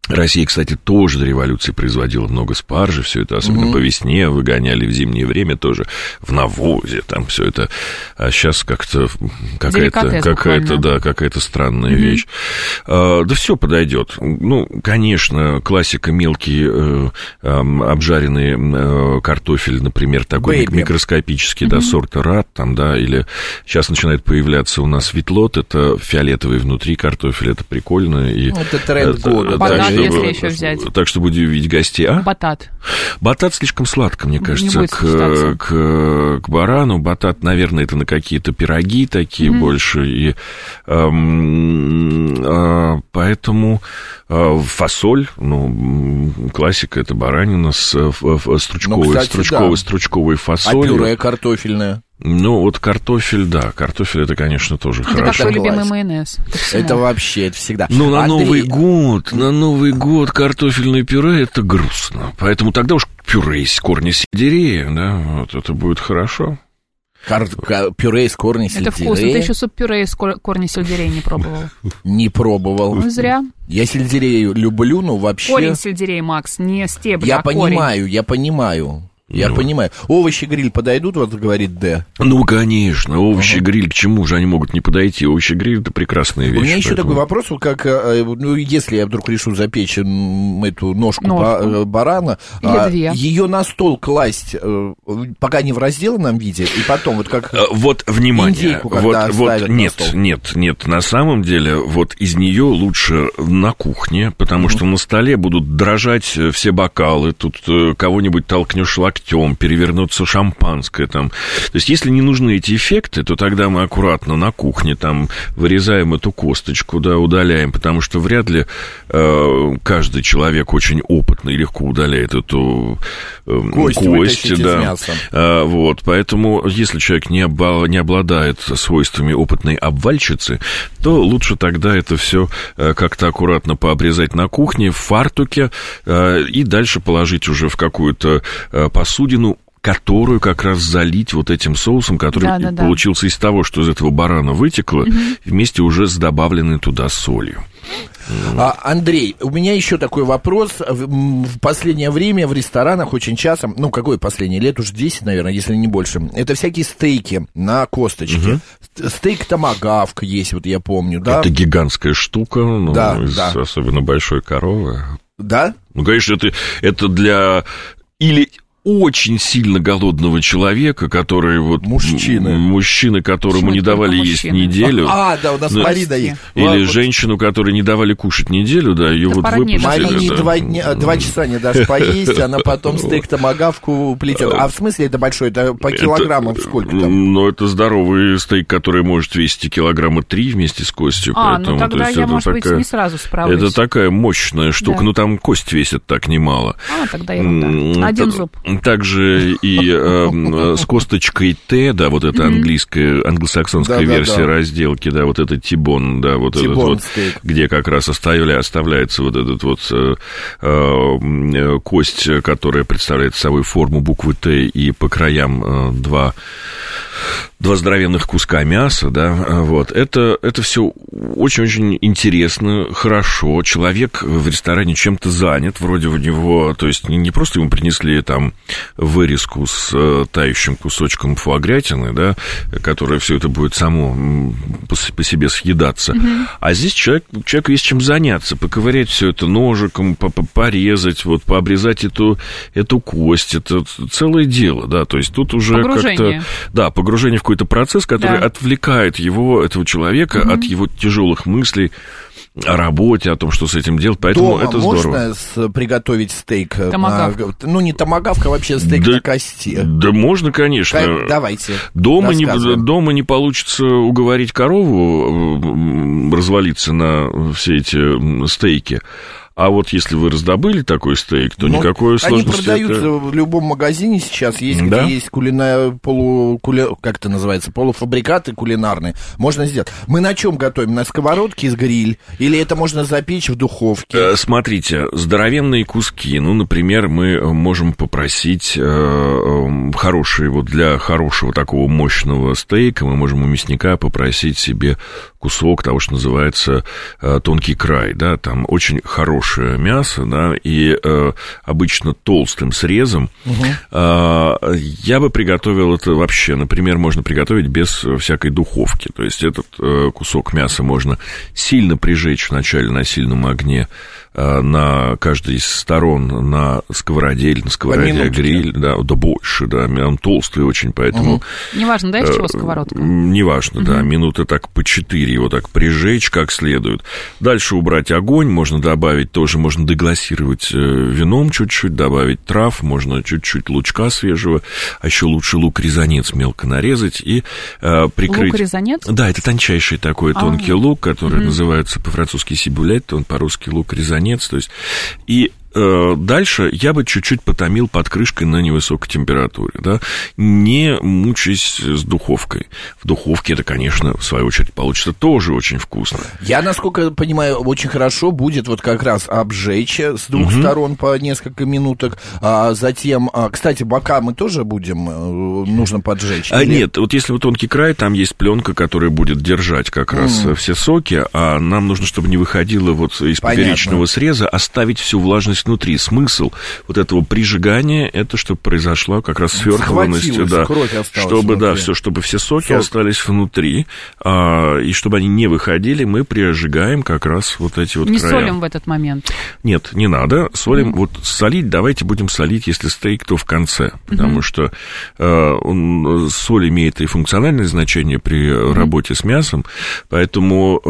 Россия, кстати, тоже до революции производила много спаржи, все это, особенно mm-hmm. по весне, выгоняли в зимнее время тоже в навозе, там все это. А сейчас как-то какая-то, какая-то, да, какая-то странная mm-hmm. вещь. А, да все подойдет. Ну, конечно, классика мелкий э, э, обжаренный э, картофель, например, такой Baby. микроскопический, mm-hmm. да, сорта рад, там, да, или сейчас начинает появляться у нас витлот, это фиолетовый внутри картофель, это прикольно. И, это тренд года, да. Чтобы, если еще взять. Так что будем видеть гостей. А? Батат. Батат слишком сладко, мне кажется, к, к, к барану. Батат, наверное, это на какие-то пироги такие mm-hmm. больше. И, эм, э, поэтому э, фасоль, ну, классика, это баранина с э, стручковой, ну, кстати, стручковой, да. стручковой фасолью. А пюре картофельное? Ну, вот картофель, да, картофель это, конечно, тоже это хорошо. Это как любимый майонез. Это вообще, это всегда. Ну, на Андрей... Новый год, на Новый год картофельное пюре, это грустно. Поэтому тогда уж пюре из корня сельдерея, да, вот это будет хорошо. Кар... Пюре из корня сельдерея. Это вкусно. Ты еще суп-пюре из корня сельдерея не пробовал? Не пробовал. Ну, зря. Я сельдерей люблю, но вообще... Корень сельдерея, Макс, не стебель, я а корень. Я понимаю, я понимаю. Я ну. понимаю. Овощи-гриль подойдут, вот говорит Д. Ну, конечно, овощи-гриль, к чему же они могут не подойти? Овощи-гриль — это прекрасная вещь. У меня еще поэтому... такой вопрос, как, ну, если я вдруг решу запечь эту ножку, ножку. барана, а, ее на стол класть, пока не в разделанном виде, и потом вот как... Вот, внимание, индейку, вот, вот нет, нет, нет, на самом деле, вот из нее лучше на кухне, потому mm-hmm. что на столе будут дрожать все бокалы, тут кого-нибудь толкнешь локтем, перевернуться шампанское там. То есть, если не нужны эти эффекты, то тогда мы аккуратно на кухне там вырезаем эту косточку, да, удаляем, потому что вряд ли э, каждый человек очень опытный легко удаляет эту э, кость, кость да. Э, вот, поэтому, если человек не, оба, не обладает свойствами опытной обвальщицы, то лучше тогда это все э, как-то аккуратно пообрезать на кухне, в фартуке, э, и дальше положить уже в какую-то э, посудину, которую как раз залить вот этим соусом, который да, да, получился да. из того, что из этого барана вытекло, угу. вместе уже с добавленной туда солью. А, Андрей, у меня еще такой вопрос. В последнее время в ресторанах очень часто, ну, какое последнее, лет уж десять, наверное, если не больше, это всякие стейки на косточке. Угу. Стейк томагавк есть, вот я помню, да? Это гигантская штука, ну, да, из да. особенно большой коровы. Да? Ну, конечно, это, это для... Или... очень сильно голодного человека, который вот... Мужчины. Мужчины, которому Почему не давали есть мужчины? неделю. А, да, у нас да. Марина есть. Или вот. женщину, которой не давали кушать неделю, да, ее вот выпустили. Марине да. два, дня, два часа не дашь поесть, она потом стейк томагавку плетет. А в смысле это большой? Это по килограммам это, сколько там? Ну, это здоровый стейк, который может весить килограмма три вместе с костью. А, поэтому, ну тогда я, может такая, быть, не сразу справлюсь. Это такая мощная штука, да. ну там кость весит так немало. А, тогда ерунда. Один зуб. Также и э, с косточкой Т, да, вот эта английская, англосаксонская да, версия да, да. разделки, да, вот это тибон, да, вот этот вот, где как раз оставили, оставляется вот этот вот э, э, кость, которая представляет собой форму буквы Т, и по краям э, два... два здоровенных куска мяса, да, вот, это, это все очень-очень интересно, хорошо, человек в ресторане чем-то занят, вроде у него, то есть не просто ему принесли там вырезку с э, тающим кусочком фуагрятины, да, которая все это будет само по, по себе съедаться, mm-hmm. а здесь человек, человек есть чем заняться, поковырять все это ножиком, порезать, вот, пообрезать эту, эту кость, это целое дело, да, то есть тут уже как-то, да, погружение в какой-то процесс, который да. отвлекает его, этого человека, угу. от его тяжелых мыслей о работе, о том, что с этим делать, поэтому дома это здорово. Можно с, приготовить стейк? Томагавк. На, ну, не томагавк, а вообще стейк да, на кости. Да можно, конечно. Как, давайте, дома не, дома не получится уговорить корову развалиться на все эти стейки. А вот если вы раздобыли такой стейк, то ну, никакой сложности... Они продаются это... в любом магазине сейчас, есть, да? где есть кулина... полу... кули... как это называется, полуфабрикаты кулинарные, можно сделать. Мы на чем готовим? На сковородке из гриль? Или это можно запечь в духовке? Смотрите, здоровенные куски, ну, например, мы можем попросить э, хорошие, вот для хорошего такого мощного стейка мы можем у мясника попросить себе кусок того, что называется тонкий край, да, там очень хорошее мясо, да, и э, обычно толстым срезом. Угу. Э, я бы приготовил это вообще, например, можно приготовить без всякой духовки, то есть этот э, кусок мяса можно сильно прижечь вначале на сильном огне, на каждой из сторон на сковороде или на сковороде гриль, да, да больше, да, он толстый очень, поэтому... Угу. Неважно, да, из чего сковородка? Неважно, угу. да, минуты так по четыре его так прижечь как следует. Дальше убрать огонь, можно добавить тоже, можно деглассировать вином чуть-чуть, добавить трав, можно чуть-чуть лучка свежего, а еще лучше лук-резанец мелко нарезать и э, прикрыть... Лук-резанец? Да, это тончайший такой тонкий А-а-а. лук, который угу. называется по-французски сибулет, он по-русски лук-резанец. То есть, и э, дальше я бы чуть-чуть потомил под крышкой на невысокой температуре, да, не мучаясь с духовкой. В духовке это, конечно, в свою очередь получится тоже очень вкусно. Я, насколько понимаю, очень хорошо будет вот как раз обжечь с двух угу. сторон по несколько минуток, а затем, а, кстати, бока мы тоже будем, нужно поджечь? А или... Нет, вот если вот тонкий край, там есть пленка, которая будет держать как раз mm. все соки, а нам нужно, чтобы не выходило вот из Понятно. поперечного среза, оставить всю влажность внутри. Смысл вот этого прижигания, это чтобы произошла как раз свертыванность, да, чтобы, внутри. да, все, чтобы все соки Сок. остались внутри, а, и чтобы они не выходили, мы прижигаем как раз вот эти вот не края. Не солим в этот момент? Нет, не надо. Солим, mm-hmm. вот солить, давайте будем солить, если стейк, то в конце, потому mm-hmm. что а, он, соль имеет и функциональное значение при mm-hmm. работе с мясом, поэтому,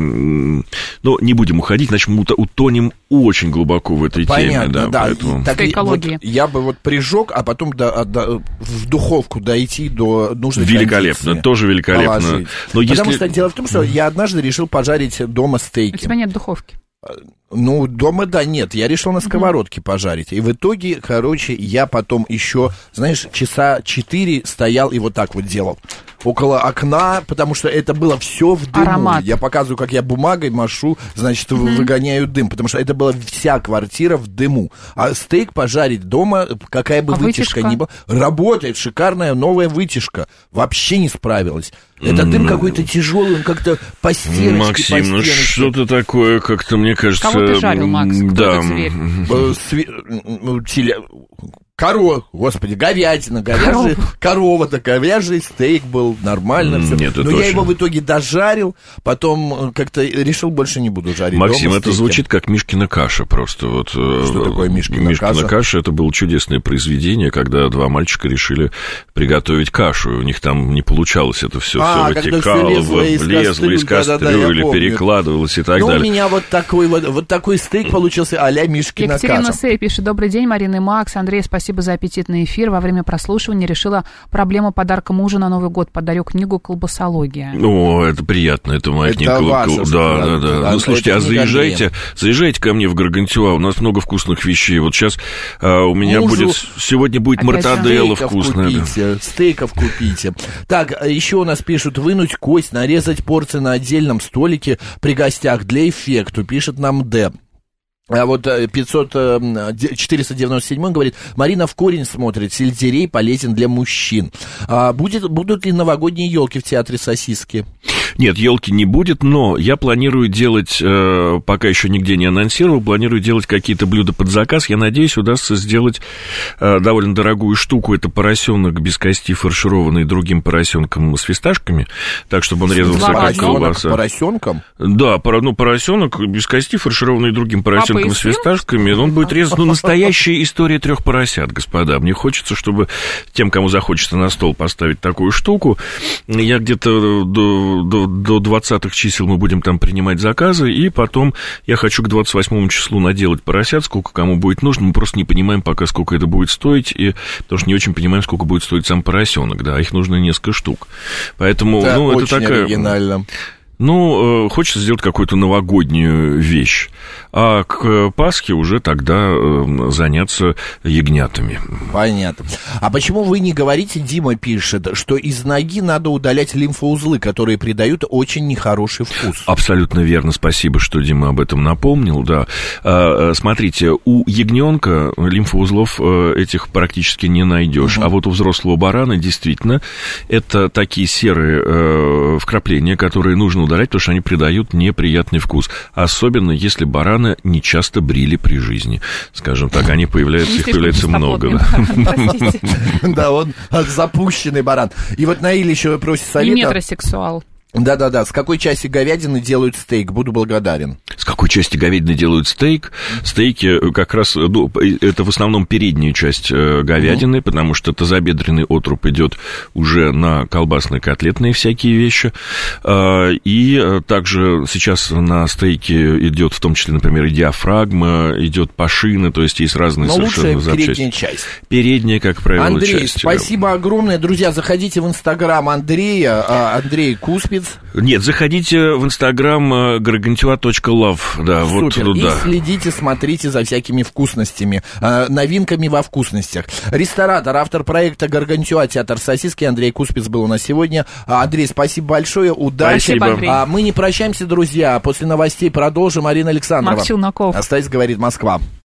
эм, ну, не будем уходить, иначе мы утонем очень глубоко в этой Понятно, теме. Да, да. Поэтому... Так, вот я бы вот прижег, а потом до, до, в духовку дойти до нужной Великолепно, кондиции. тоже великолепно. Но Потому если... что дело в том, что я однажды решил пожарить дома стейки. У тебя нет духовки? Ну, дома, да, нет, я решил на сковородке mm-hmm. пожарить. И в итоге, короче, я потом еще, знаешь, часа четыре стоял и вот так вот делал. Около окна, потому что это было все в дыму. Аромат. Я показываю, как я бумагой машу, значит, mm-hmm. выгоняю дым, потому что это была вся квартира в дыму. А стейк пожарить дома, какая бы а вытяжка, вытяжка ни была, работает, шикарная новая вытяжка. Вообще не справилась. Это дым какой-то тяжелый, он как-то по стеночке, Максим, по ну что-то такое, как-то, мне кажется... Кого ты жарил, Макс? Кто да. этот зверь? Све... Корова, господи, говядина, говяжий, корова-то, говяжий стейк был, нормально все. Нет, но я его в итоге дожарил, потом как-то решил, больше не буду жарить. Максим, это звучит как Мишкина каша просто. Вот, что такое Мишкина, Мишкина каша? Мишкина каша, это было чудесное произведение, когда два мальчика решили приготовить кашу. У них там не получалось это все, а, все вытекало, влезло из, влезло из кастрюли, да, да, перекладывалось и так ну, далее. У меня вот такой, вот, вот такой стейк получился а-ля Мишкина Екатерина каша. Екатерина Сей пишет: добрый день, Марина и Макс. Андрей, спасибо за аппетитный эфир. Во время прослушивания решила проблему подарка мужу на Новый год. Подарю книгу «Колбасология». О, это приятно, это моя это книга. Ваша, да, да, да, да. Ну, слушайте, а заезжайте, заезжайте ко мне в Гаргантюа, у нас много вкусных вещей. Вот сейчас а, у меня Мужу... будет, сегодня будет мортаделла вкусная. Купите, стейков купите. Так, еще у нас пишут: вынуть кость, нарезать порции на отдельном столике при гостях для эффекта, пишет нам Д. А вот пятьсот, четыреста девяносто семь говорит: Марина в корень смотрит, сельдерей полезен для мужчин. А будет, будут ли новогодние елки в театре сосиски? Нет, елки не будет, но я планирую делать, э, пока еще нигде не анонсировал, планирую делать какие-то блюда под заказ. Я надеюсь, удастся сделать э, довольно дорогую штуку. Это поросенок без кости, фаршированный другим поросенком с фисташками, так, чтобы он резался как колбаса. Поросенком? Да, пор, ну, поросенок без кости, фаршированный другим поросенком с фисташками. Он будет резан. Ну, настоящая история трех поросят, господа. Мне хочется, чтобы тем, кому захочется на стол поставить такую штуку, я где-то до, до до двадцатых чисел мы будем там принимать заказы, и потом я хочу к двадцать восьмому числу наделать поросят, сколько кому будет нужно. Мы просто не понимаем пока, сколько это будет стоить, и, потому что не очень понимаем, сколько будет стоить сам поросенок, да, их нужно несколько штук. Поэтому, да, ну, это такая... оригинально. Ну, хочется сделать какую-то новогоднюю вещь, а к Пасхе уже тогда заняться ягнятами. Понятно. А почему вы не говорите, Дима пишет, что из ноги надо удалять лимфоузлы, которые придают очень нехороший вкус? Абсолютно верно, спасибо, что Дима об этом напомнил, да. Смотрите, у ягненка лимфоузлов этих практически не найдешь, угу. А вот у взрослого барана действительно это такие серые вкрапления, которые нужно удалять, потому что они придают неприятный вкус. Особенно, если барана не часто брили при жизни. Скажем так, они появляются, их появляется много. Да, он запущенный баран. И вот Наиль еще просит совета. И метросексуал. Да-да-да, с какой части говядины делают стейк? Буду благодарен. С какой части говядины делают стейк? Стейки как раз, ну, это в основном передняя часть говядины, mm-hmm. потому что тазобедренный отруб идет уже на колбасно-котлетные всякие вещи. И также сейчас на стейке идет в том числе, например, и диафрагма, идет пашина, то есть есть разные Но совершенно лучше запчасти. передняя часть. Передняя, как правило, Андрей, часть. спасибо огромное. Друзья, заходите в Инстаграм Андрея, Андрей Куспиц. Нет, заходите в Инстаграм гаргантюа точка лав. Да, вот туда. И следите, смотрите за всякими вкусностями, новинками во вкусностях. Ресторатор, автор проекта «Гаргантюа. Театр сосиски» Андрей Куспиц был у нас сегодня. Андрей, спасибо большое, удачи. Спасибо. Мы не прощаемся, друзья. После новостей продолжим. Арина Александрова. Макс Челноков. Остается, говорит Москва.